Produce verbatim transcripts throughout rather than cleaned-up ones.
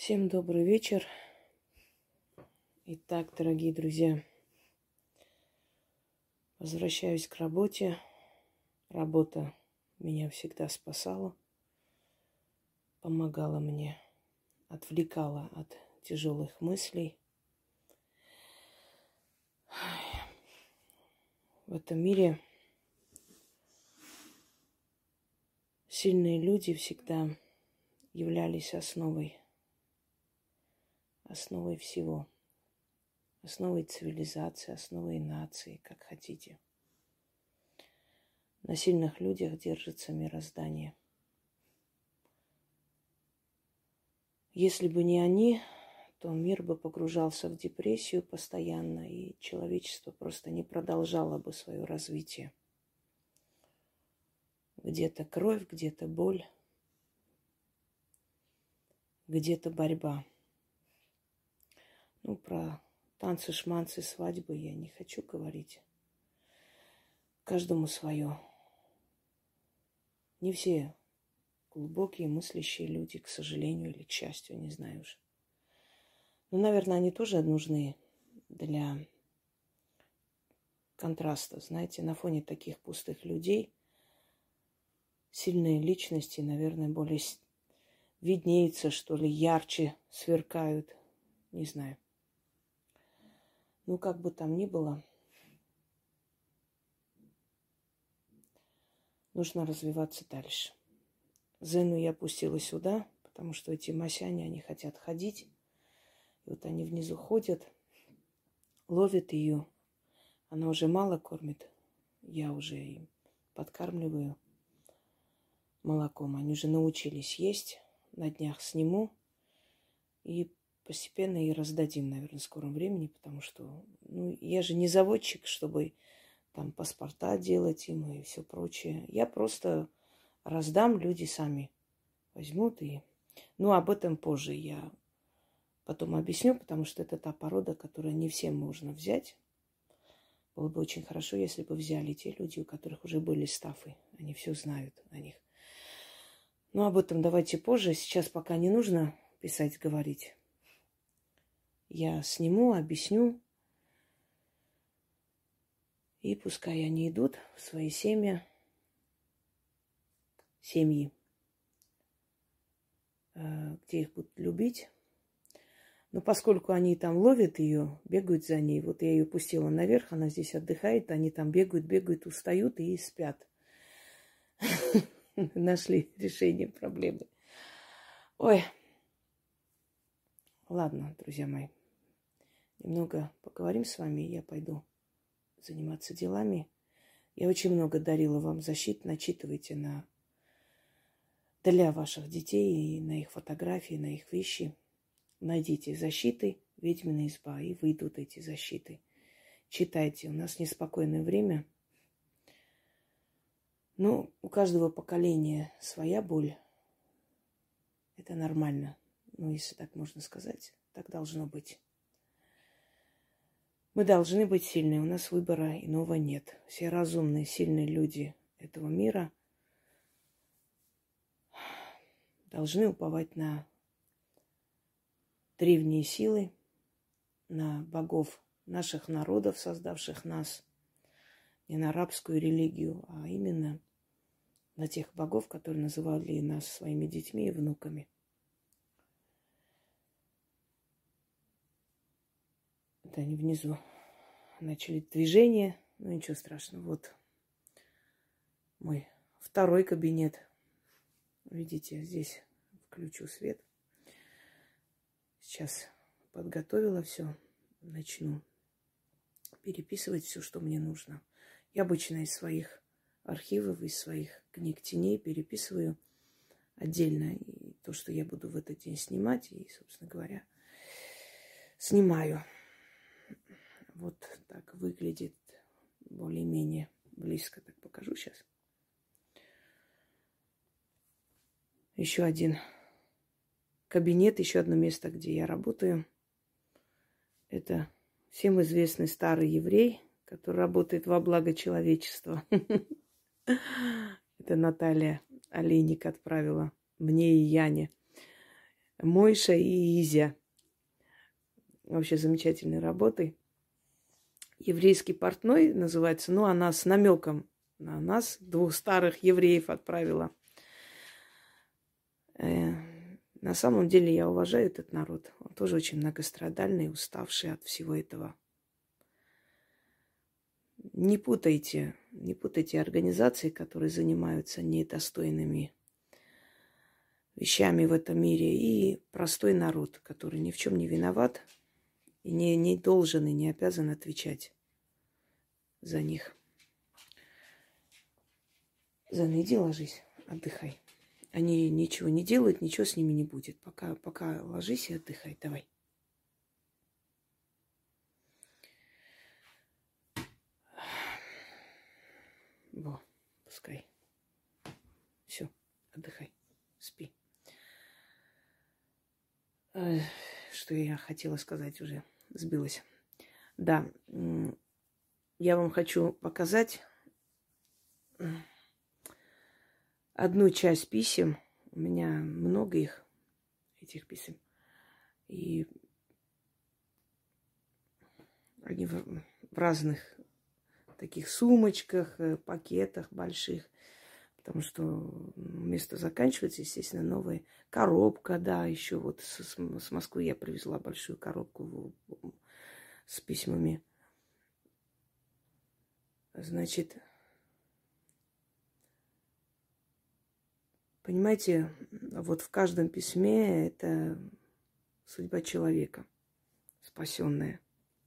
Всем добрый вечер. Итак, дорогие друзья, возвращаюсь к работе. Работа меня всегда спасала, помогала мне, отвлекала от тяжелых мыслей. В этом мире сильные люди всегда являлись основой, основой всего, основой цивилизации, основой нации, как хотите. На сильных людях держится мироздание. Если бы не они, то мир бы погружался в депрессию постоянно, и человечество просто не продолжало бы свое развитие. Где-то кровь, где-то боль, где-то борьба. Ну, про танцы, шманцы, свадьбы я не хочу говорить. Каждому свое. Не все глубокие, мыслящие люди, к сожалению или к счастью, не знаю уже. Но, наверное, они тоже нужны для контраста. Знаете, на фоне таких пустых людей сильные личности, наверное, более виднеются, что ли, ярче сверкают. Не знаю. Ну, как бы там ни было, нужно развиваться дальше. Зену я пустила сюда, потому что эти масяне, они хотят ходить. И вот они внизу ходят, ловят ее. Она уже мало кормит. Я уже им подкармливаю молоком. Они уже научились есть. На днях сниму. И постепенно и раздадим, наверное, в скором времени. Потому что ну, я же не заводчик, чтобы там паспорта делать им и все прочее. Я просто раздам, люди сами возьмут. И... Ну, об этом позже я потом объясню, потому что это та порода, которую не всем можно взять. Было бы очень хорошо, если бы взяли те люди, у которых уже были стафы. Они все знают о них. Но об этом давайте позже. Сейчас пока не нужно писать, говорить. Я сниму, объясню. И пускай они идут в свои семьи, семьи, где их будут любить. Но поскольку они там ловят ее, бегают за ней, вот я ее пустила наверх, она здесь отдыхает, они там бегают, бегают, устают и спят. Нашли решение проблемы. Ой, ладно, друзья мои, немного поговорим с вами, я пойду заниматься делами. Я очень много дарила вам защит, начитывайте на для ваших детей и на их фотографии, на их вещи. Найдите защиты, ведьмина изба, и выйдут эти защиты. Читайте, у нас неспокойное время. Ну, у каждого поколения своя боль. Это нормально. Ну, если так можно сказать, так должно быть. Мы должны быть сильны, у нас выбора иного нет. Все разумные, сильные люди этого мира должны уповать на древние силы, на богов наших народов, создавших нас, не на арабскую религию, а именно на тех богов, которые называли нас своими детьми и внуками. Это они внизу начали движение, ну ничего страшного. Вот мой второй кабинет. Видите, здесь включу свет. Сейчас подготовила все, начну переписывать все, что мне нужно. Я обычно из своих архивов, из своих книг теней переписываю отдельно и то, что я буду в этот день снимать, и, собственно говоря, снимаю. Вот так выглядит более-менее близко. Так покажу сейчас. Еще один кабинет, еще одно место, где я работаю. Это всем известный старый еврей, который работает во благо человечества. Это Наталья Олейник отправила мне и Яне. Мойша и Изя. Вообще замечательной работой. Еврейский портной называется. Ну, она с намеком на нас, двух старых евреев, отправила. Э, на самом деле я уважаю этот народ. Он тоже очень многострадальный, уставший от всего этого. Не путайте, не путайте организации, которые занимаются недостойными вещами в этом мире, и простой народ, который ни в чем не виноват и не, не должен и не обязан отвечать за них. Зана, иди ложись, отдыхай. Они ничего не делают, ничего с ними не будет. Пока, пока ложись и отдыхай. Давай. Во, пускай. Все, отдыхай, спи. Что я хотела сказать уже, сбилась. Да, я вам хочу показать одну часть писем. У меня много их, этих писем. И они в, в разных таких сумочках, пакетах больших. Потому что место заканчивается, естественно, новая коробка, да, еще вот с, с Москвы я привезла большую коробку с письмами. Значит, понимаете, вот в каждом письме это судьба человека, спасенная.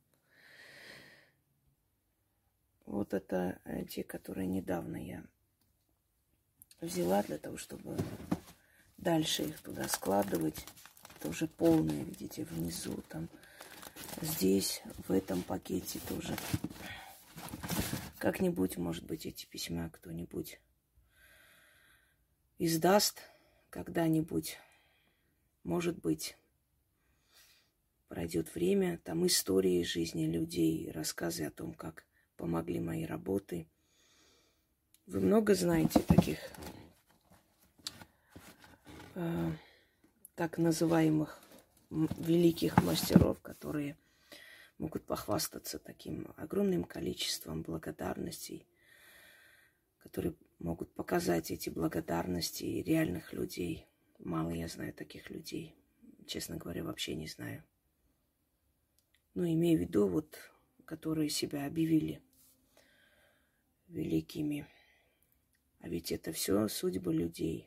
Вот это те, которые недавно я взяла для того, чтобы дальше их туда складывать. Это уже полные, видите, внизу там. Здесь, в этом пакете тоже. Как-нибудь, может быть, эти письма кто-нибудь издаст когда-нибудь. Может быть, пройдет время, там истории жизни людей, рассказы о том, как помогли мои работы. Вы много знаете таких э, так называемых великих мастеров, которые могут похвастаться таким огромным количеством благодарностей, которые могут показать эти благодарности реальных людей. Мало я знаю таких людей. Честно говоря, вообще не знаю. Но имею в виду, вот, которые себя объявили великими. А ведь это все судьбы людей.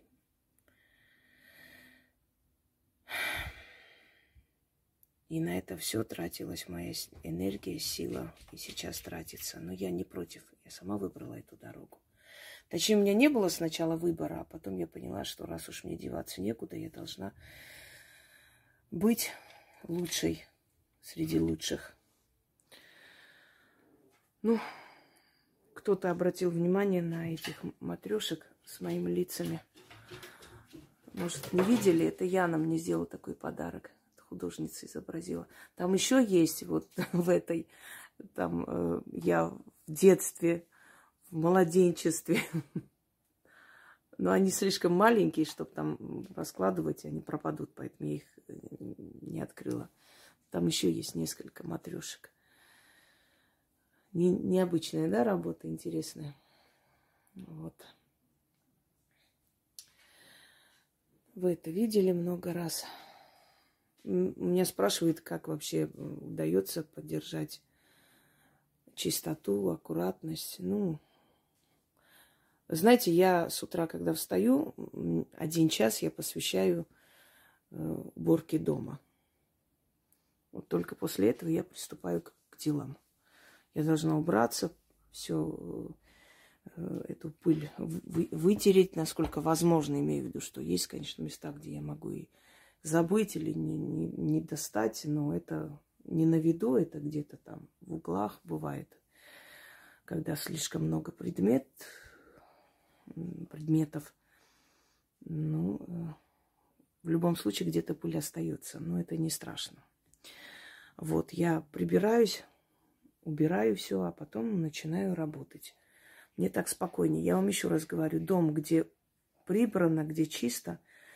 И на это все тратилась моя энергия, сила, и сейчас тратится. Но я не против, я сама выбрала эту дорогу. Точнее, у меня не было сначала выбора, а потом я поняла, что раз уж мне деваться некуда, я должна быть лучшей среди лучших. Ну, кто-то обратил внимание на этих матрешек с моими лицами. Может, не видели? Это Яна мне сделала такой подарок. Художница изобразила. Там еще есть вот в этой, там э, я в детстве, в младенчестве. Но они слишком маленькие, чтобы там раскладывать, они пропадут, поэтому я их не открыла. Там еще есть несколько матрешек. Не, необычная, да, работа, интересная. Вот. Вы это видели много раз. Меня спрашивают, как вообще удается поддержать чистоту, аккуратность. Ну, знаете, я с утра, когда встаю, один час я посвящаю уборке дома. Вот только после этого я приступаю к, к делам. Я должна убраться, все эту пыль вы, вытереть, насколько возможно, имею в виду, что есть, конечно, места, где я могу и забыть или не, не, не достать, но это не на виду, это где-то там в углах бывает, когда слишком много предмет, предметов. Ну, в любом случае где-то пыль остается, но это не страшно. Вот, я прибираюсь, убираю все, а потом начинаю работать. Мне так спокойнее. Я вам еще раз говорю, дом, где прибрано, где чисто,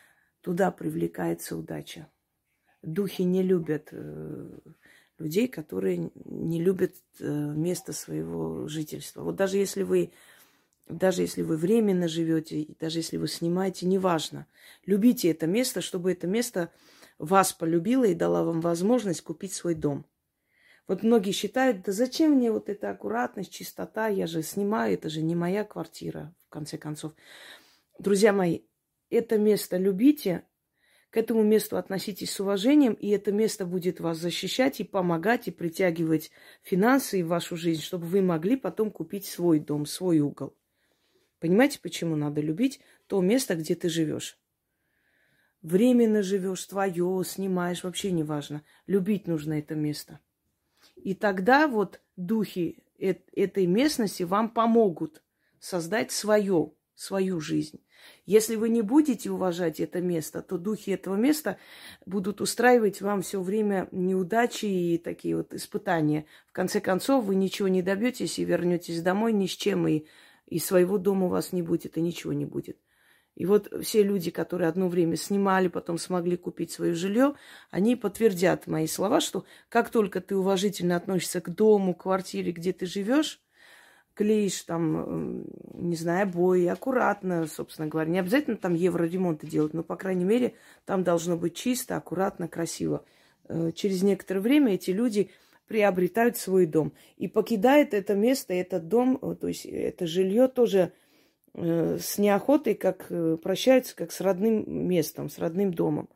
туда привлекается удача. Духи не любят э, людей, которые не любят э, место своего жительства. Вот даже если вы, даже если вы временно живете, даже если вы снимаете, неважно. Любите это место, чтобы это место вас полюбило и дало вам возможность купить свой дом. Вот многие считают, да зачем мне вот эта аккуратность, чистота, я же снимаю, это же не моя квартира, в конце концов. Друзья мои, это место любите, к этому месту относитесь с уважением, и это место будет вас защищать и помогать, и притягивать финансы в вашу жизнь, чтобы вы могли потом купить свой дом, свой угол. Понимаете, почему надо любить то место, где ты живешь? Временно живешь, твое, снимаешь, вообще не важно. Любить нужно это место. И тогда вот духи этой местности вам помогут создать свое, свою жизнь. Если вы не будете уважать это место, то духи этого места будут устраивать вам все время неудачи и такие вот испытания. В конце концов, вы ничего не добьетесь и вернетесь домой ни с чем, и, и своего дома у вас не будет, и ничего не будет. И вот все люди, которые одно время снимали, потом смогли купить свое жилье, они подтвердят мои слова, что как только ты уважительно относишься к дому, к квартире, где ты живешь, клеишь там, не знаю, обои, аккуратно, собственно говоря. Не обязательно там евроремонты делать, но, по крайней мере, там должно быть чисто, аккуратно, красиво. Через некоторое время эти люди приобретают свой дом и покидают это место, этот дом, то есть это жилье тоже с неохотой, как прощаются, как с родным местом, с родным домом.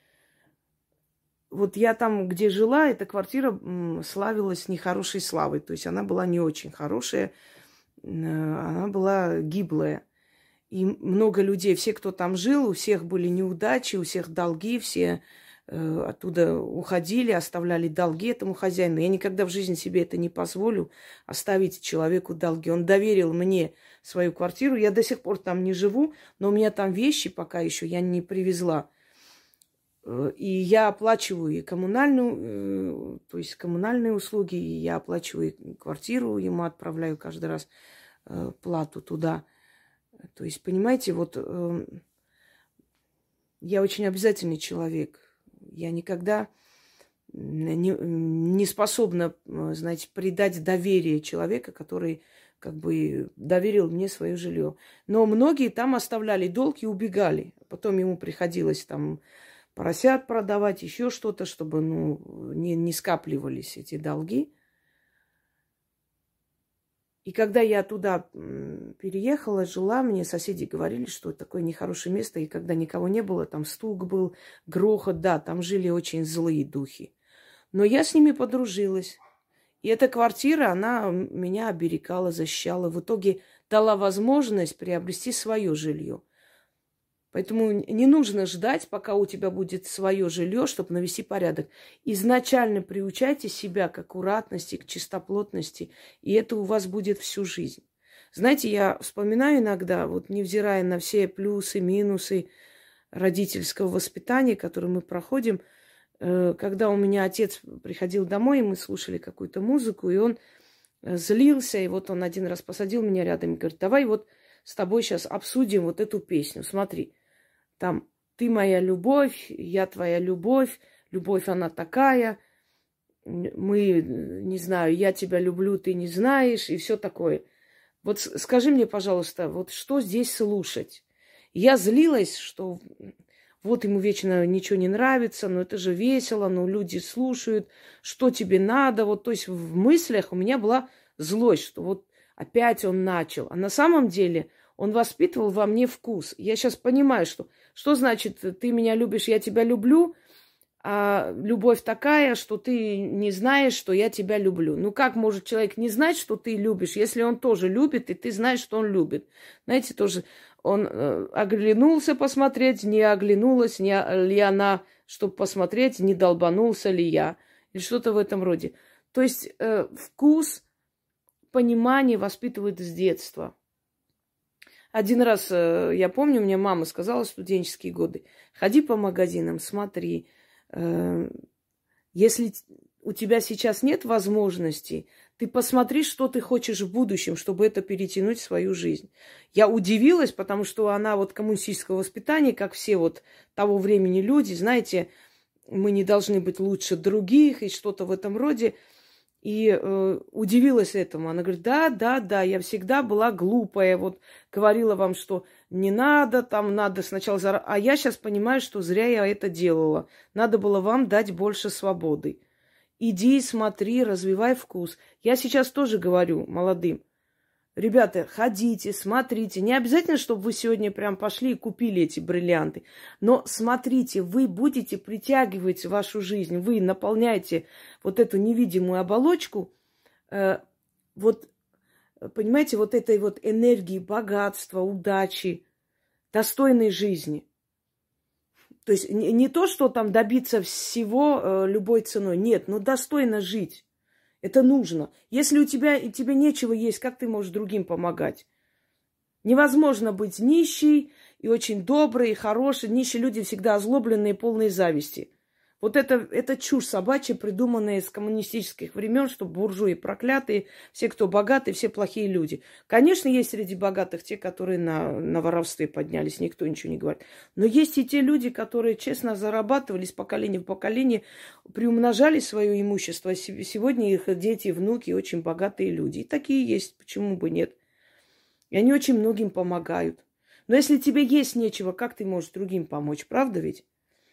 Вот я там, где жила, эта квартира славилась нехорошей славой. То есть она была не очень хорошая, она была гиблая. И много людей, все, кто там жил, у всех были неудачи, у всех долги, все э, оттуда уходили, оставляли долги этому хозяину. Я никогда в жизни себе это не позволю, оставить человеку долги. Он доверил мне свою квартиру. Я до сих пор там не живу, но у меня там вещи пока еще я не привезла. И я оплачиваю и коммунальную, то есть коммунальные услуги, и я оплачиваю квартиру, ему отправляю каждый раз плату туда. То есть, понимаете, вот я очень обязательный человек. Я никогда не, не способна, знаете, предать доверие человека, который как бы доверил мне свое жилье. Но многие там оставляли долг и убегали. Потом ему приходилось там поросят продавать, еще что-то, чтобы ну, не, не скапливались эти долги. И когда я туда переехала, жила, мне соседи говорили, что это такое нехорошее место, и когда никого не было, там стук был, грохот, да, там жили очень злые духи. Но я с ними подружилась. И эта квартира, она меня оберегала, защищала. В итоге дала возможность приобрести свое жилье. Поэтому не нужно ждать, пока у тебя будет свое жилье, чтобы навести порядок. Изначально приучайте себя к аккуратности, к чистоплотности, и это у вас будет всю жизнь. Знаете, я вспоминаю иногда, вот невзирая на все плюсы, минусы родительского воспитания, которые мы проходим, когда у меня отец приходил домой, и мы слушали какую-то музыку, и он злился, и вот он один раз посадил меня рядом и говорит: давай вот с тобой сейчас обсудим вот эту песню, смотри. Там ты моя любовь, я твоя любовь, любовь она такая, мы, не знаю, я тебя люблю, ты не знаешь, и все такое. Вот скажи мне, пожалуйста, вот что здесь слушать? Я злилась, что вот ему вечно ничего не нравится, но это же весело, но люди слушают, что тебе надо. Вот, то есть в мыслях у меня была злость, что вот опять он начал. А на самом деле он воспитывал во мне вкус. Я сейчас понимаю, что, что значит ты меня любишь, я тебя люблю, а любовь такая, что ты не знаешь, что я тебя люблю. Ну как может человек не знать, что ты любишь, если он тоже любит, и ты знаешь, что он любит? Знаете, тоже он э, оглянулся посмотреть, не оглянулась не, ли она, чтобы посмотреть, не долбанулся ли я. Или что-то в этом роде. То есть э, вкус, понимание воспитывает с детства. Один раз, э, я помню, мне мама сказала в студенческие годы: ходи по магазинам, смотри. Э, если у тебя сейчас нет возможности, ты посмотри, что ты хочешь в будущем, чтобы это перетянуть в свою жизнь. Я удивилась, потому что она вот коммунистического воспитания, как все вот того времени люди, знаете, мы не должны быть лучше других и что-то в этом роде. И э, удивилась этому. Она говорит, да, да, да, я всегда была глупая. Вот говорила вам, что не надо, там надо сначала... Зар... А я сейчас понимаю, что зря я это делала. Надо было вам дать больше свободы. Иди, смотри, развивай вкус. Я сейчас тоже говорю молодым. Ребята, ходите, смотрите. Не обязательно, чтобы вы сегодня прям пошли и купили эти бриллианты. Но смотрите, вы будете притягивать в вашу жизнь. Вы наполняете вот эту невидимую оболочку. Э, вот, понимаете, вот этой вот энергии, богатства, удачи, достойной жизни. То есть не, не то, что там добиться всего э, любой ценой. Нет, но достойно жить. Это нужно. Если у тебя и тебе нечего есть, как ты можешь другим помогать? Невозможно быть нищей и очень доброй, и хорошей. Нищие люди всегда озлобленные, полные зависти. Вот это, это чушь собачья, придуманная с коммунистических времен, что буржуи проклятые, все, кто богатые, все плохие люди. Конечно, есть среди богатых те, которые на, на воровстве поднялись, никто ничего не говорит. Но есть и те люди, которые честно зарабатывали с поколения в поколение, приумножали свое имущество. Сегодня их дети, внуки очень богатые люди. И такие есть, почему бы нет. И они очень многим помогают. Но если тебе есть нечего, как ты можешь другим помочь, правда ведь?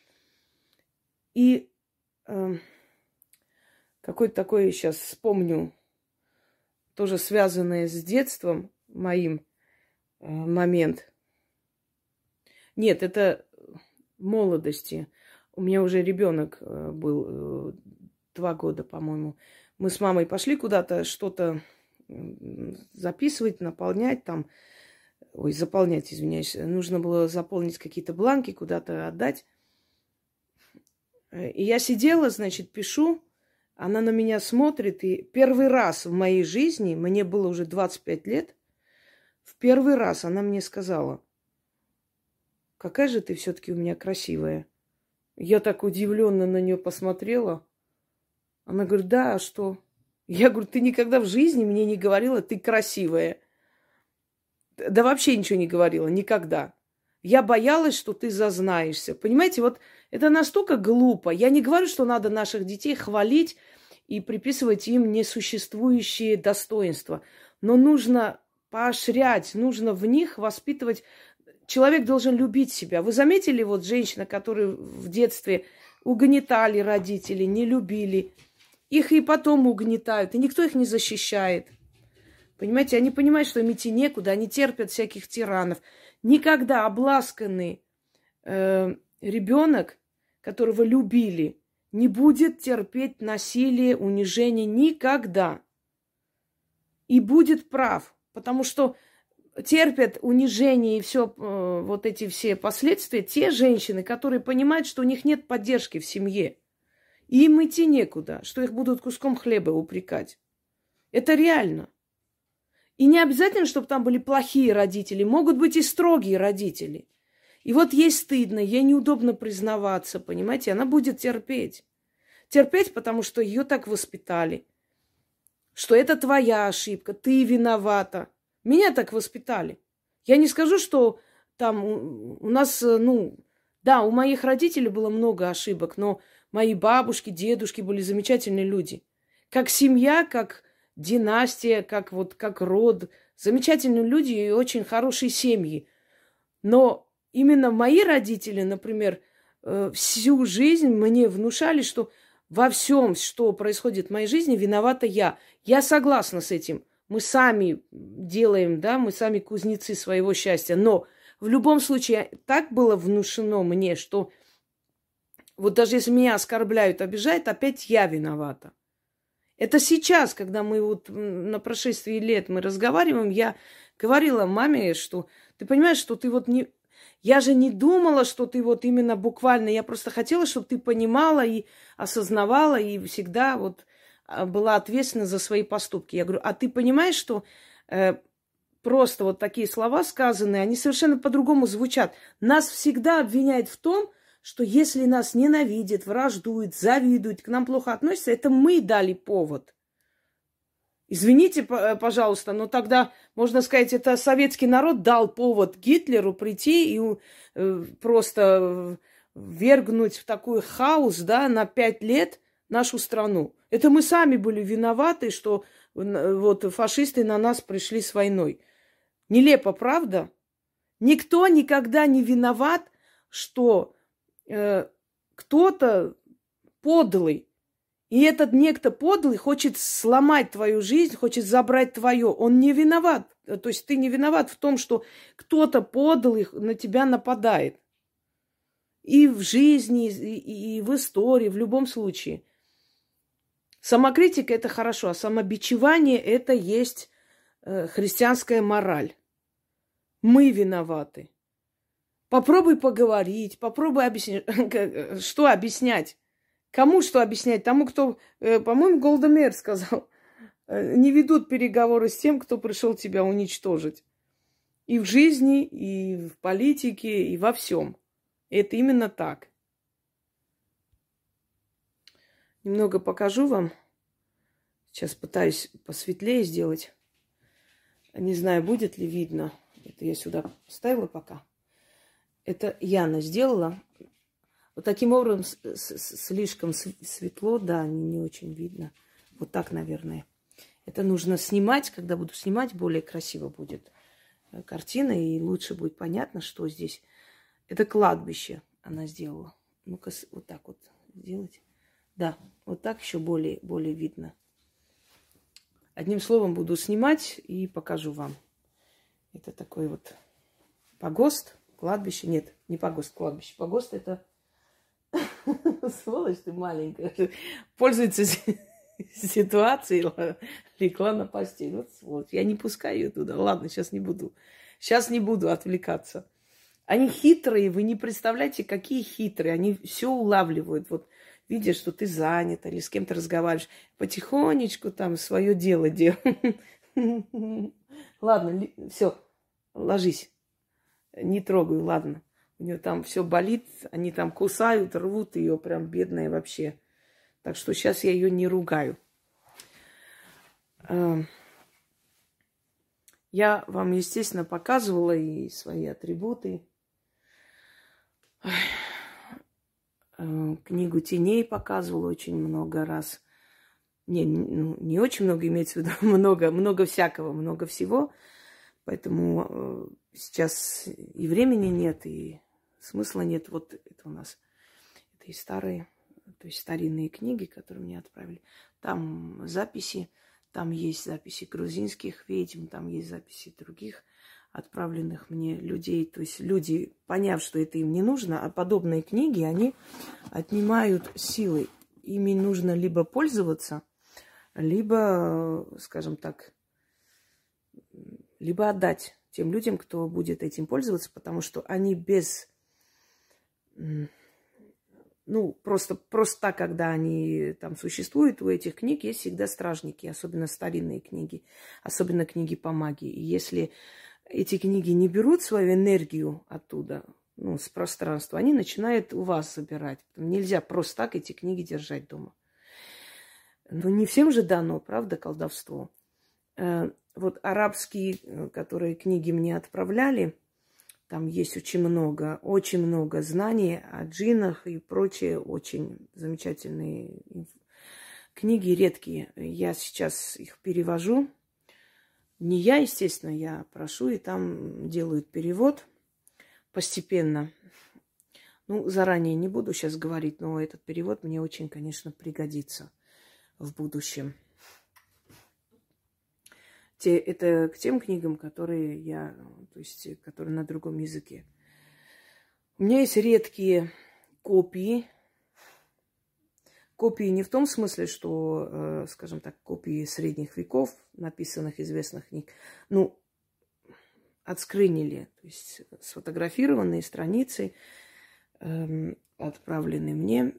И э, какой-то такой, сейчас вспомню, тоже связанный с детством моим э, момент. Нет, это в молодости. У меня уже ребенок э, был, э, два года, по-моему. Мы с мамой пошли куда-то что-то записывать, наполнять там. Ой, заполнять, извиняюсь. Нужно было заполнить какие-то бланки, куда-то отдать. И я сидела, значит, пишу, она на меня смотрит, и первый раз в моей жизни, мне было уже двадцать пять лет, в первый раз она мне сказала, какая же ты все-таки у меня красивая. Я так удивленно на нее посмотрела. Она говорит, да, а что? Я говорю, ты никогда в жизни мне не говорила, ты красивая. Да вообще ничего не говорила, никогда. Я боялась, что ты зазнаешься. Понимаете, вот это настолько глупо. Я не говорю, что надо наших детей хвалить и приписывать им несуществующие достоинства. Но нужно поощрять, нужно в них воспитывать. Человек должен любить себя. Вы заметили, вот женщина, которые в детстве угнетали родителей, не любили, их и потом угнетают, и никто их не защищает. Понимаете, они понимают, что им идти некуда, они терпят всяких тиранов. Никогда обласканный э, ребенок, которого любили, не будет терпеть насилие, унижение никогда. И будет прав, потому что терпят унижение и все э, вот эти все последствия те женщины, которые понимают, что у них нет поддержки в семье. И им идти некуда, что их будут куском хлеба упрекать. Это реально. И не обязательно, чтобы там были плохие родители. Могут быть и строгие родители. И вот ей стыдно, ей неудобно признаваться, понимаете? Она будет терпеть. Терпеть, потому что ее так воспитали. Что это твоя ошибка, ты виновата. Меня так воспитали. Я не скажу, что там у нас, ну, да, у моих родителей было много ошибок, но мои бабушки, дедушки были замечательные люди. Как семья, как династия, как вот как род. Замечательные люди и очень хорошие семьи. Но именно мои родители, например, всю жизнь мне внушали, что во всем, что происходит в моей жизни, виновата я. Я согласна с этим. Мы сами делаем, да, мы сами кузнецы своего счастья. Но в любом случае так было внушено мне, что вот даже если меня оскорбляют, обижают, опять я виновата. Это сейчас, когда мы вот на прошествии лет мы разговариваем, я говорила маме, что ты понимаешь, что ты вот не... Я же не думала, что ты вот именно буквально... Я просто хотела, чтобы ты понимала и осознавала, и всегда вот была ответственна за свои поступки. Я говорю, а ты понимаешь, что э, просто вот такие слова сказанные, они совершенно по-другому звучат. Нас всегда обвиняют в том, что если нас ненавидят, враждуют, завидуют, к нам плохо относятся, это мы дали повод. Извините, пожалуйста, но тогда, можно сказать, это советский народ дал повод Гитлеру прийти и э, просто ввергнуть в такой хаос, да, на пять лет нашу страну. Это мы сами были виноваты, что вот фашисты на нас пришли с войной. Нелепо, правда? Никто никогда не виноват, что э, кто-то подлый. И этот некто подлый хочет сломать твою жизнь, хочет забрать твое. Он не виноват. То есть ты не виноват в том, что кто-то подлый на тебя нападает. И в жизни, и, и в истории, в любом случае. Самокритика – это хорошо, а самобичевание – это есть э, христианская мораль. Мы виноваты. Попробуй поговорить, попробуй объяснить. Что объяснять? Кому что объяснять? Тому, кто, э, по-моему, Голда Меир сказал, э, не ведут переговоры с тем, кто пришел тебя уничтожить. И в жизни, и в политике, и во всем. Это именно так. Немного покажу вам. Сейчас пытаюсь посветлее сделать. Не знаю, будет ли видно. Это я сюда ставила пока. Это Яна сделала. Вот таким образом слишком светло, да, не, не очень видно. Вот так, наверное. Это нужно снимать. Когда буду снимать, более красиво будет картина. И лучше будет понятно, что здесь. Это кладбище она сделала. Ну-ка, вот так вот сделать. Да, вот так еще более, более видно. Одним словом, буду снимать и покажу вам. Это такой вот погост, кладбище. Нет, не погост, кладбище. Погост это... Сволочь ты маленькая. Пользуется ситуацией, легла на постель. Вот сволочь. Я не пускаю ее туда. Ладно, сейчас не буду. Сейчас не буду отвлекаться. Они хитрые, вы не представляете, какие хитрые. Они все улавливают. Вот видя, что ты занят или с кем-то разговариваешь, потихонечку там свое дело делай. Ладно, все, ложись. Не трогай, ладно. У нее там все болит, они там кусают, рвут ее, прям бедная вообще. Так что сейчас я ее не ругаю. Я вам, естественно, показывала и свои атрибуты. Книгу теней показывала очень много раз. Не, ну, не очень много, имеется в виду, много, много всякого, много всего. Поэтому сейчас и времени нет, и смысла нет. Вот это у нас, это и старые, то есть старинные книги, которые мне отправили. Там записи, там есть записи грузинских ведьм, там есть записи других отправленных мне людей. То есть люди, поняв, что это им не нужно, а подобные книги, они отнимают силы. Ими нужно либо пользоваться, либо, скажем так, либо отдать тем людям, кто будет этим пользоваться, потому что они без... Ну, просто, просто так, когда они там существуют, у этих книг есть всегда стражники, особенно старинные книги, особенно книги по магии. И если эти книги не берут свою энергию оттуда, ну, с пространства, они начинают у вас забирать. Нельзя просто так эти книги держать дома. Но не всем же дано, правда, колдовство. Вот арабские, которые книги мне отправляли, там есть очень много, очень много знаний о джиннах и прочее, очень замечательные книги, редкие. Я сейчас их перевожу. Не я, естественно, я прошу, и там делают перевод постепенно. Ну, заранее не буду сейчас говорить, но этот перевод мне очень, конечно, пригодится в будущем. Те, это к тем книгам, которые я, то есть, которые на другом языке. У меня есть редкие копии. Копии не в том смысле, что, э, скажем так, копии средних веков, написанных известных книг. Ну, отскрынили, то есть сфотографированные страницы, э, отправлены мне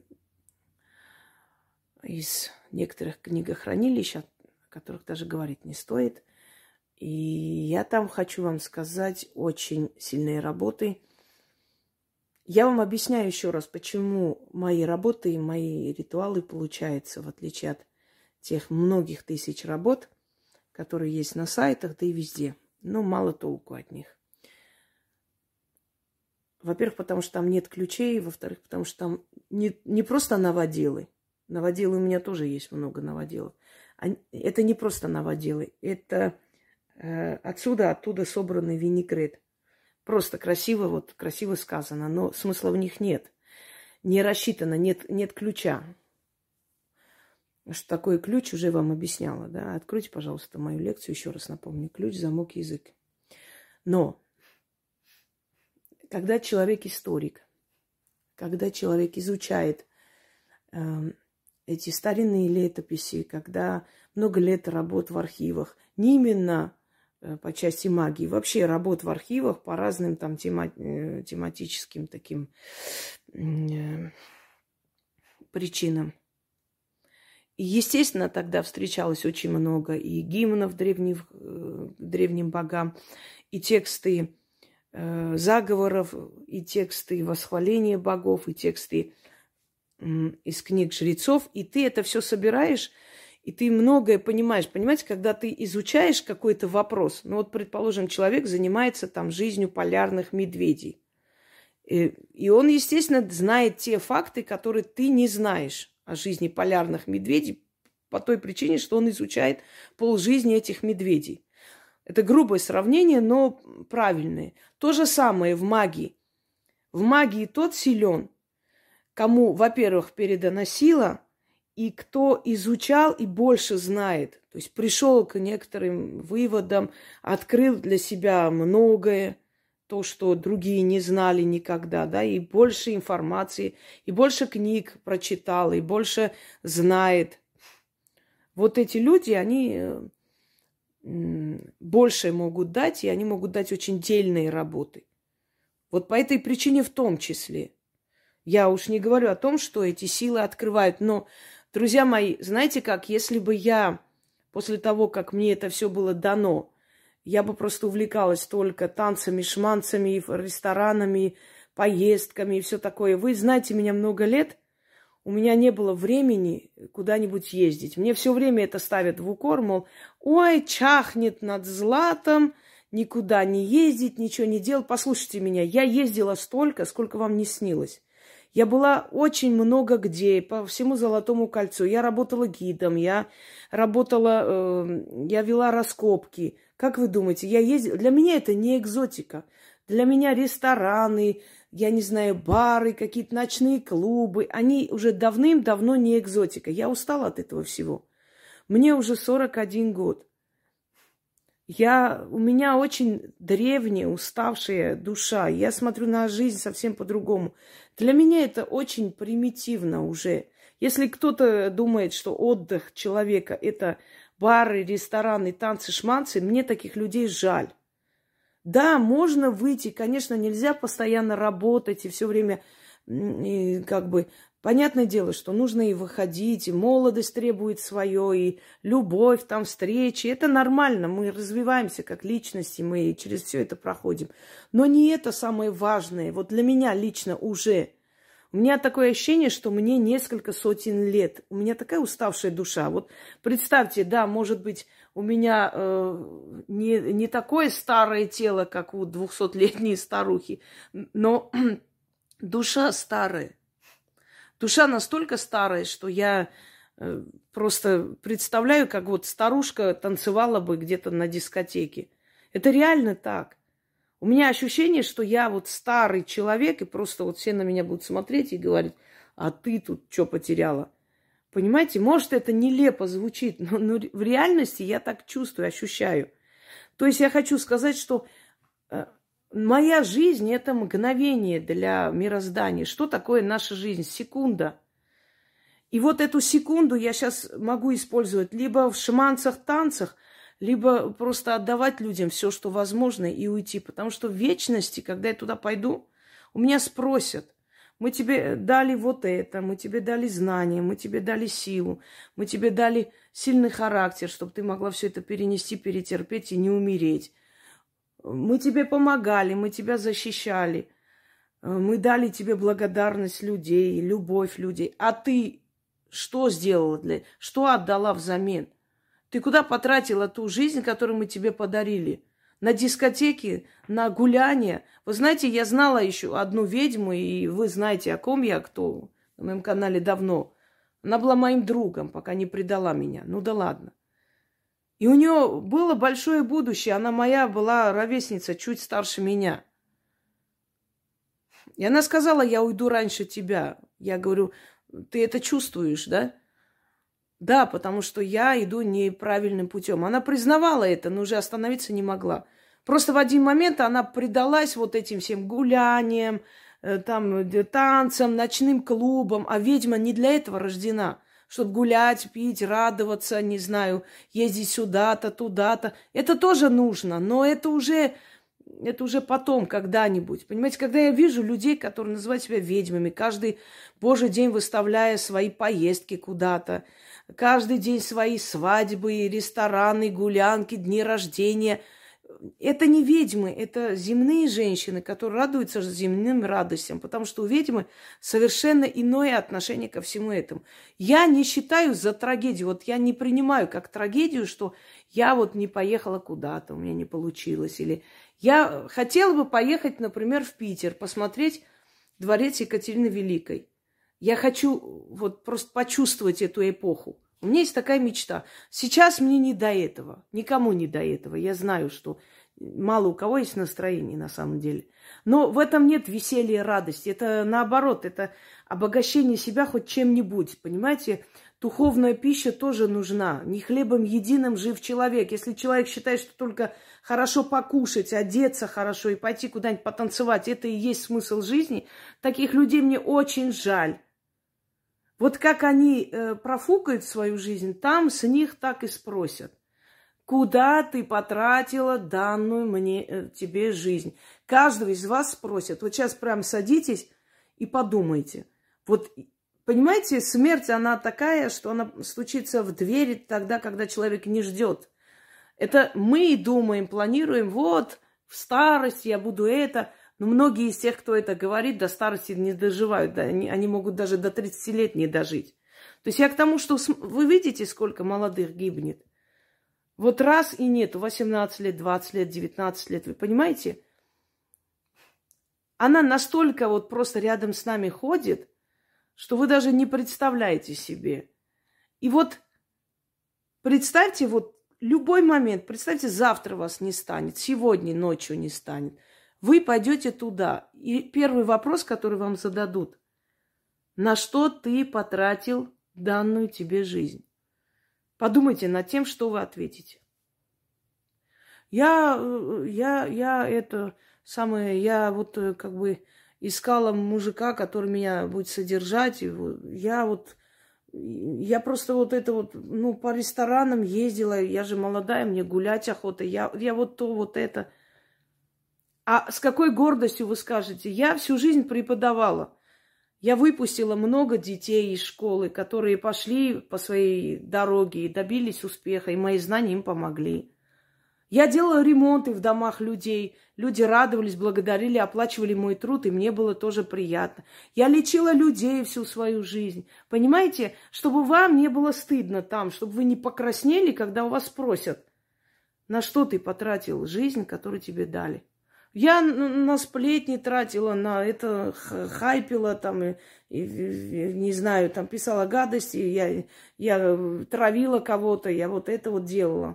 из некоторых книгохранилищ, о которых даже говорить не стоит. И я там хочу вам сказать очень сильные работы. Я вам объясняю еще раз, почему мои работы и мои ритуалы получаются, в отличие от тех многих тысяч работ, которые есть на сайтах, да и везде. Но мало толку от них. Во-первых, потому что там нет ключей. Во-вторых, потому что там не, не просто наводилы. Наводилы у меня тоже есть много наводилов. Они, это не просто наводилы. Это э, отсюда, оттуда собранный винегрет. Просто красиво, вот красиво сказано, но смысла в них нет. Не рассчитано, нет, нет ключа. Что такое ключ, уже вам объясняла, да? Откройте, пожалуйста, мою лекцию, еще раз напомню. Ключ, замок, язык. Но когда человек историк, когда человек изучает э, эти старинные летописи, когда много лет работ в архивах, не именно э, по части магии, вообще работ в архивах по разным там тема, э, тематическим таким э, причинам. И, естественно, тогда встречалось очень много и гимнов древних, э, древним богам, и тексты э, заговоров, и тексты восхваления богов, и тексты э, из книг жрецов. И ты это все собираешь, и ты многое понимаешь. Понимаете, когда ты изучаешь какой-то вопрос, ну вот, предположим, человек занимается там жизнью полярных медведей. И, и он, естественно, знает те факты, которые ты не знаешь о жизни полярных медведей по той причине, что он изучает полжизни этих медведей. Это грубое сравнение, но правильное. То же самое в магии. В магии тот силен, кому, во-первых, передана сила, и кто изучал и больше знает. То есть пришел к некоторым выводам, открыл для себя многое, то, что другие не знали никогда, да, и больше информации, и больше книг прочитал, и больше знает. Вот эти люди, они больше могут дать, и они могут дать очень дельные работы. Вот по этой причине в том числе. Я уж не говорю о том, что эти силы открывают, но, друзья мои, знаете как, если бы я после того, как мне это все было дано, я бы просто увлекалась только танцами, шманцами, ресторанами, поездками и все такое. Вы знаете меня много лет, у меня не было времени куда-нибудь ездить. Мне все время это ставят в укор, мол, ой, чахнет над златом, никуда не ездить, ничего не делать. Послушайте меня, я ездила столько, сколько вам не снилось. Я была очень много где, по всему Золотому кольцу. Я работала гидом, я работала, э, я вела раскопки. Как вы думаете, я ездила? Для меня это не экзотика. Для меня рестораны, я не знаю, бары, какие-то ночные клубы, они уже давным-давно не экзотика. Я устала от этого всего. Мне уже сорок один год. Я, у меня очень древняя, уставшая душа. Я смотрю на жизнь совсем по-другому. Для меня это очень примитивно уже. Если кто-то думает, что отдых человека – это бары, рестораны, танцы, шманцы, мне таких людей жаль. Да, можно выйти, конечно, нельзя постоянно работать и все время, и как бы, понятное дело, что нужно и выходить, и молодость требует свое, и любовь, там, встречи. Это нормально, мы развиваемся как личности, мы через все это проходим. Но не это самое важное. Вот для меня лично уже. У меня такое ощущение, что мне несколько сотен лет. У меня такая уставшая душа. Вот представьте, да, может быть, у меня э, не, не такое старое тело, как у двухсотлетней старухи, но душа старая. Душа настолько старая, что я э, просто представляю, как вот старушка танцевала бы где-то на дискотеке. Это реально так. У меня ощущение, что я вот старый человек, и просто вот все на меня будут смотреть и говорить, а ты тут что потеряла? Понимаете, может, это нелепо звучит, но, но в реальности я так чувствую, ощущаю. То есть я хочу сказать, что э, моя жизнь – это мгновение для мироздания. Что такое наша жизнь? Секунда. И вот эту секунду я сейчас могу использовать либо в шаманцах, танцах, либо просто отдавать людям все, что возможно, и уйти. Потому что в вечности, когда я туда пойду, у меня спросят, мы тебе дали вот это, мы тебе дали знания, мы тебе дали силу, мы тебе дали сильный характер, чтобы ты могла все это перенести, перетерпеть и не умереть. Мы тебе помогали, мы тебя защищали. Мы дали тебе благодарность людей, любовь людей. А ты что сделала для... Что отдала взамен? Ты куда потратила ту жизнь, которую мы тебе подарили? На дискотеки, на гуляния. Вы знаете, я знала еще одну ведьму, и вы знаете, о ком я, кто на моем канале давно. Она была моим другом, пока не предала меня. Ну да ладно. И у нее было большое будущее. Она моя была ровесница, чуть старше меня. И она сказала, я уйду раньше тебя. Я говорю, ты это чувствуешь, да? Да, потому что я иду неправильным путем. Она признавала это, но уже остановиться не могла. Просто в один момент она предалась вот этим всем гуляниям, там, танцам, ночным клубам. А ведьма не для этого рождена. Чтобы гулять, пить, радоваться, не знаю, ездить сюда-то, туда-то. Это тоже нужно, но это уже, это уже потом, когда-нибудь. Понимаете, когда я вижу людей, которые называют себя ведьмами, каждый божий день выставляя свои поездки куда-то, каждый день свои свадьбы, рестораны, гулянки, дни рождения. Это не ведьмы, это земные женщины, которые радуются земным радостям, потому что у ведьмы совершенно иное отношение ко всему этому. Я не считаю за трагедию, вот я не принимаю как трагедию, что я вот не поехала куда-то, у меня не получилось. Или я хотела бы поехать, например, в Питер, посмотреть дворец Екатерины Великой. Я хочу вот просто почувствовать эту эпоху. У меня есть такая мечта. Сейчас мне не до этого. Никому не до этого. Я знаю, что мало у кого есть настроение на самом деле. Но в этом нет веселья и радости. Это наоборот, это обогащение себя хоть чем-нибудь. Понимаете, духовная пища тоже нужна. Не хлебом единым жив человек. Если человек считает, что только хорошо покушать, одеться хорошо и пойти куда-нибудь потанцевать, это и есть смысл жизни, таких людей мне очень жаль. Вот как они э, профукают свою жизнь, там с них так и спросят. Куда ты потратила данную мне, э, тебе жизнь? Каждого из вас спросят. Вот сейчас прям садитесь и подумайте. Вот, понимаете, смерть, она такая, что она стучится в двери тогда, когда человек не ждет. Это мы думаем, планируем, вот, в старости я буду это... Но многие из тех, кто это говорит, до старости не доживают. Да, они, они могут даже до тридцати лет не дожить. То есть я к тому, что вы видите, сколько молодых гибнет. Вот раз и нету. восемнадцать лет, двадцать лет, девятнадцать лет. Вы понимаете? Она настолько вот просто рядом с нами ходит, что вы даже не представляете себе. И вот представьте вот любой момент. Представьте, завтра вас не станет, сегодня ночью не станет. Вы пойдете туда, и первый вопрос, который вам зададут, на что ты потратил данную тебе жизнь? Подумайте над тем, что вы ответите. Я, я, я это самое, я вот как бы искала мужика, который меня будет содержать. Я вот, я просто вот это вот, ну, по ресторанам ездила, я же молодая, мне гулять охота, я, я вот то, вот это. А с какой гордостью вы скажете? Я всю жизнь преподавала. Я выпустила много детей из школы, которые пошли по своей дороге и добились успеха, и мои знания им помогли. Я делала ремонты в домах людей. Люди радовались, благодарили, оплачивали мой труд, и мне было тоже приятно. Я лечила людей всю свою жизнь. Понимаете, чтобы вам не было стыдно там, чтобы вы не покраснели, когда у вас спросят, на что ты потратил жизнь, которую тебе дали. Я на сплетни тратила, на это хайпила, там, и, и, и, не знаю, там писала гадости, я, я травила кого-то, я вот это вот делала.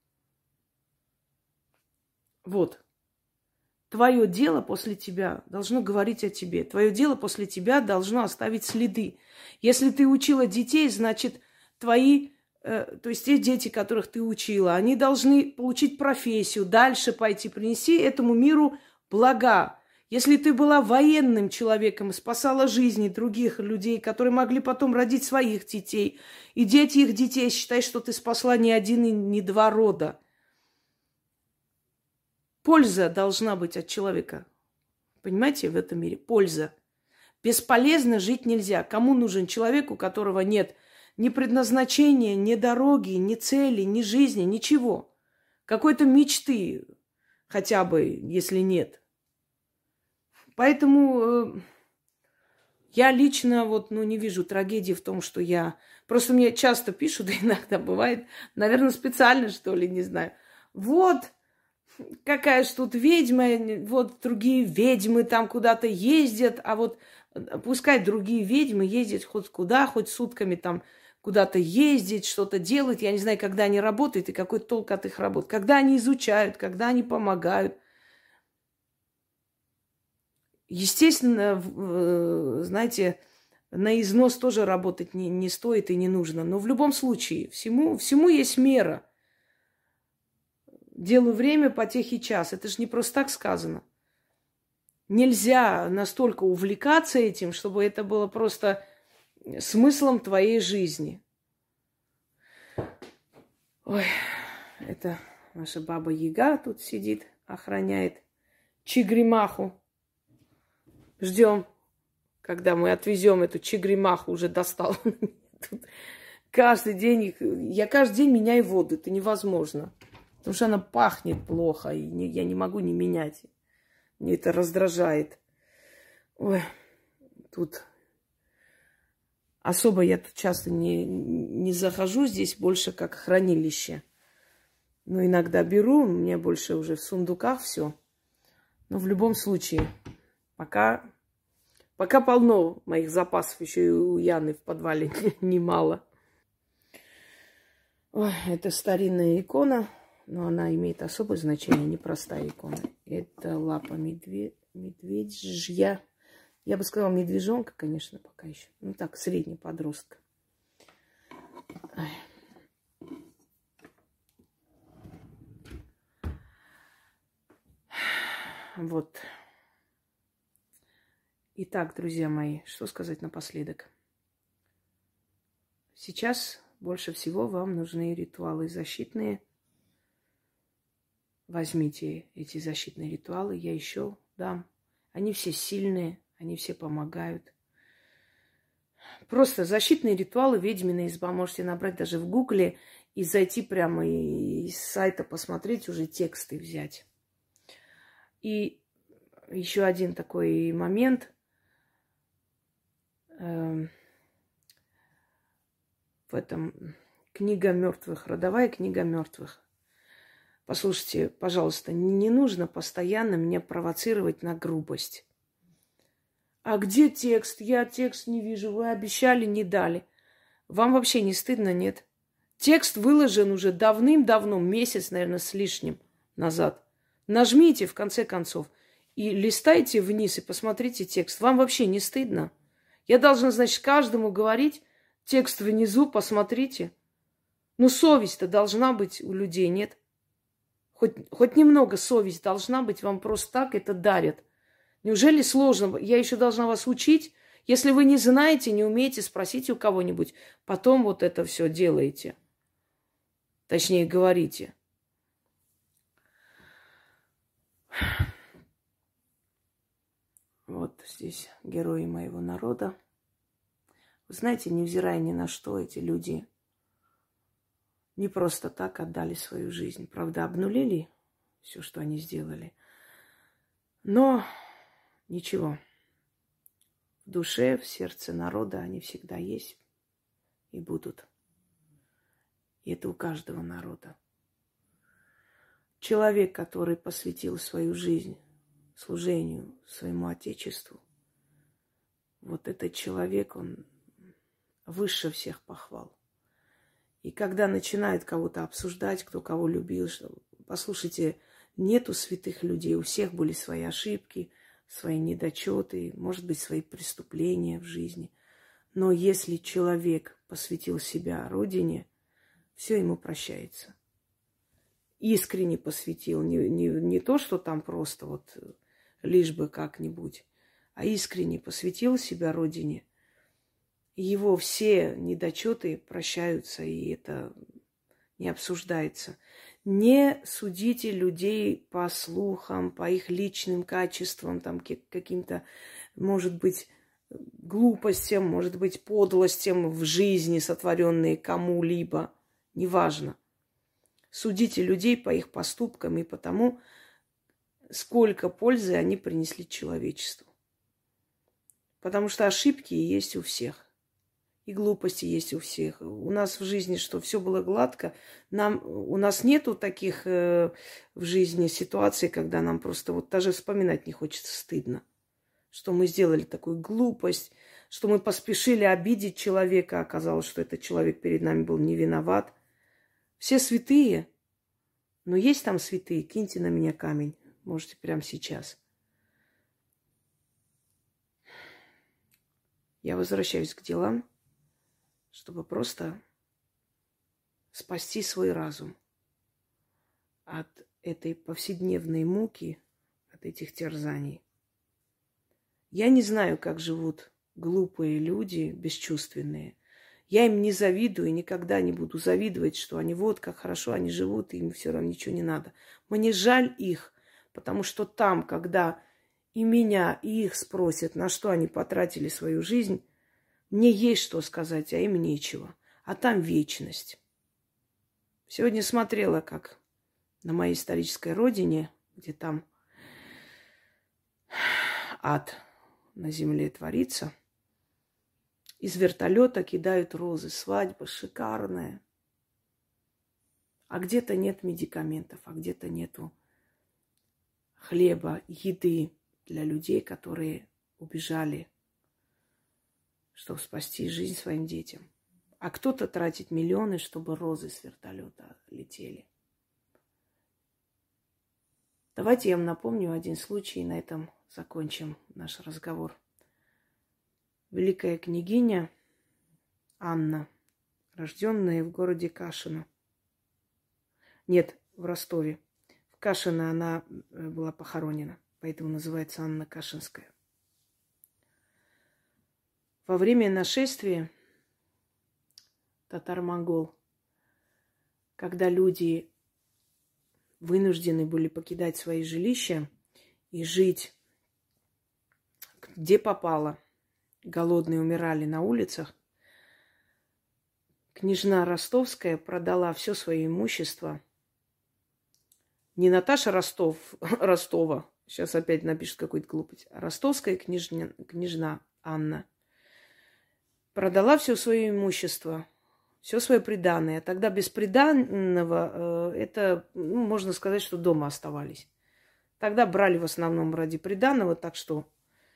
Вот. Твое дело после тебя должно говорить о тебе. Твое дело после тебя должно оставить следы. Если ты учила детей, значит, твои... То есть те дети, которых ты учила, они должны получить профессию, дальше пойти, принести этому миру блага. Если ты была военным человеком и спасала жизни других людей, которые могли потом родить своих детей, и дети их детей, считай, что ты спасла не один и не два рода. Польза должна быть от человека. Понимаете, в этом мире польза. Бесполезно жить нельзя. Кому нужен человек, у которого нет ни предназначения, ни дороги, ни цели, ни жизни, ничего. Какой-то мечты хотя бы, если нет. Поэтому э, я лично вот, ну, не вижу трагедии в том, что я... Просто мне часто пишут, да иногда бывает, наверное, специально, что ли, не знаю. Вот, какая ж тут ведьма, вот другие ведьмы там куда-то ездят, а вот пускай другие ведьмы ездят хоть куда, хоть сутками там куда-то ездить, что-то делать. Я не знаю, когда они работают и какой толк от их работ. Когда они изучают, когда они помогают. Естественно, знаете, на износ тоже работать не, не стоит и не нужно. Но в любом случае, всему, всему есть мера. Делу время, потехи час. Это же не просто так сказано. Нельзя настолько увлекаться этим, чтобы это было просто смыслом твоей жизни. Ой, это наша баба Яга тут сидит, охраняет чигримаху. Ждем, когда мы отвезем эту чигримаху, уже достал. Тут каждый день, я каждый день меняю воду, это невозможно. Потому что она пахнет плохо, и не, я не могу не менять. Мне это раздражает. Ой, тут особо я тут часто не, не захожу, здесь больше как хранилище. Но иногда беру, у меня больше уже в сундуках все. Но в любом случае, пока, пока полно моих запасов, еще и у Яны в подвале немало. Ой, это старинная икона, но она имеет особое значение, непростая икона. Это лапа медведь, медвежья. Я бы сказала, медвежонка, конечно, пока еще. Ну так, средний подростка. Ай. Вот. Итак, друзья мои, что сказать напоследок? Сейчас больше всего вам нужны ритуалы защитные. Возьмите эти защитные ритуалы, я еще дам. Они все сильные, они все помогают. Просто защитные ритуалы, ведьмина изба. Можете набрать даже в гугле и зайти прямо из сайта, посмотреть, уже тексты взять. И еще один такой момент. В этом книга мертвых, родовая книга мертвых. Послушайте, пожалуйста, не нужно постоянно меня провоцировать на грубость. А где текст? Я текст не вижу. Вы обещали, не дали. Вам вообще не стыдно, нет? Текст выложен уже давным-давно, месяц, наверное, с лишним назад. Нажмите, в конце концов, и листайте вниз и посмотрите текст. Вам вообще не стыдно? Я должна, значит, каждому говорить, текст внизу, посмотрите. Ну, совесть-то должна быть у людей, нет? Хоть, хоть немного совесть должна быть, вам просто так это дарят. Неужели сложно? Я еще должна вас учить. Если вы не знаете, не умеете, спросите у кого-нибудь. Потом вот это все делаете. Точнее, говорите. Вот здесь герои моего народа. Вы знаете, невзирая ни на что, эти люди не просто так отдали свою жизнь. Правда, обнулили все, что они сделали. Но ничего. В душе, в сердце народа они всегда есть и будут. И это у каждого народа. Человек, который посвятил свою жизнь служению своему Отечеству, вот этот человек, он выше всех похвал. И когда начинают кого-то обсуждать, кто кого любил, что, послушайте, нету святых людей, у всех были свои ошибки, свои недочеты, может быть, свои преступления в жизни. Но если человек посвятил себя Родине, все ему прощается. Искренне посвятил, не, не, не то, что там просто вот лишь бы как-нибудь, а искренне посвятил себя Родине. И его все недочеты прощаются, и это не обсуждается. Не судите людей по слухам, по их личным качествам, там, каким-то, может быть, глупостям, может быть, подлостям в жизни, сотворенные кому-либо. Неважно. Судите людей по их поступкам и по тому, сколько пользы они принесли человечеству. Потому что ошибки есть у всех. И глупости есть у всех. У нас в жизни, что все было гладко. Нам, у нас нету таких э, в жизни ситуаций, когда нам просто вот даже вспоминать не хочется, стыдно. Что мы сделали такую глупость, что мы поспешили обидеть человека, а оказалось, что этот человек перед нами был не виноват. Все святые, но есть там святые, киньте на меня камень. Можете прямо сейчас. Я возвращаюсь к делам, чтобы просто спасти свой разум от этой повседневной муки, от этих терзаний. Я не знаю, как живут глупые люди, бесчувственные. Я им не завидую и никогда не буду завидовать, что они вот как хорошо они живут, и им все равно ничего не надо. Мне жаль их, потому что там, когда и меня, и их спросят, на что они потратили свою жизнь, мне есть что сказать, а им нечего. А там вечность. Сегодня смотрела, как на моей исторической родине, где там ад на земле творится, из вертолета кидают розы. Свадьба шикарная. А где-то нет медикаментов, а где-то нету хлеба, еды для людей, которые убежали, чтобы спасти жизнь своим детям. А кто-то тратит миллионы, чтобы розы с вертолета летели. Давайте я вам напомню один случай, и на этом закончим наш разговор. Великая княгиня Анна, рожденная в городе Кашино. Нет, в Ростове. В Кашино она была похоронена, поэтому называется Анна Кашинская. Во время нашествия татар-монгол, когда люди вынуждены были покидать свои жилища и жить где попало, голодные умирали на улицах, княжна Ростовская продала все свое имущество. Не Наташа Ростов, Ростова, сейчас опять напишет какую-то глупость, а ростовская княжня, княжна Анна продала все свое имущество, все свое приданое. Тогда без приданого э, это, ну, можно сказать, что дома оставались. Тогда брали в основном ради приданого, так что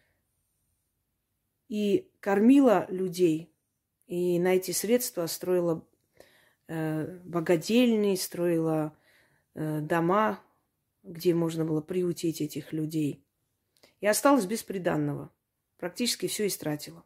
и кормила людей, и на эти средства строила э, богадельни, строила э, дома, где можно было приютить этих людей. И осталась без приданого. Практически все истратила.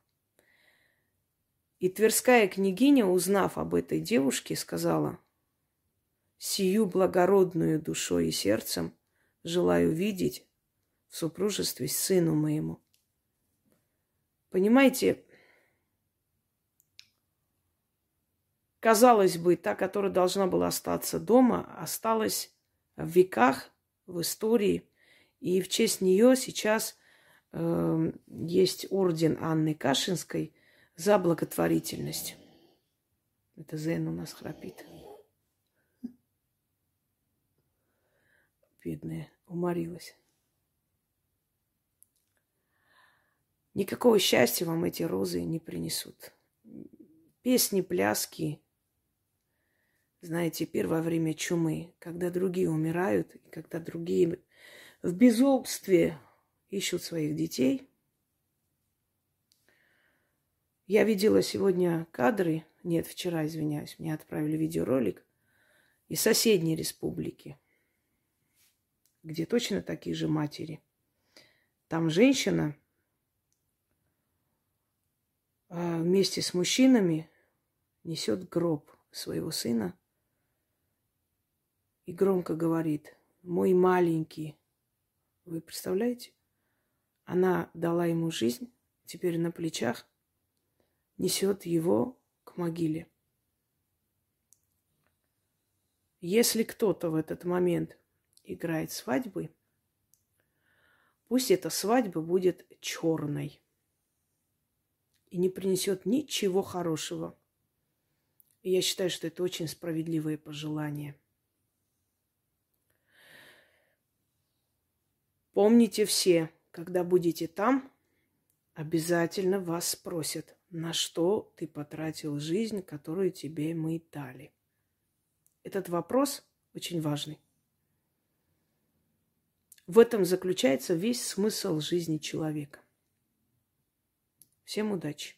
И тверская княгиня, узнав об этой девушке, сказала: «Сию благородную душой и сердцем желаю видеть в супружестве сыну моему». Понимаете, казалось бы, та, которая должна была остаться дома, осталась в веках, в истории. И в честь нее сейчас э, есть орден Анны Кашинской за благотворительность. Это Зен у нас храпит. Бедная, уморилась. Никакого счастья вам эти розы не принесут. Песни, пляски, знаете, теперь во время чумы, когда другие умирают, и когда другие в безумстве ищут своих детей. Я видела сегодня кадры, нет, вчера, извиняюсь, мне отправили видеоролик из соседней республики, где точно такие же матери. Там женщина вместе с мужчинами несет гроб своего сына и громко говорит: «Мой маленький». Вы представляете? Она дала ему жизнь, теперь на плечах несет его к могиле. Если кто-то в этот момент играет свадьбы, пусть эта свадьба будет черной и не принесет ничего хорошего. И я считаю, что это очень справедливое пожелание. Помните все, когда будете там, обязательно вас спросят, на что ты потратил жизнь, которую тебе мы дали. Этот вопрос очень важный. В этом заключается весь смысл жизни человека. Всем удачи!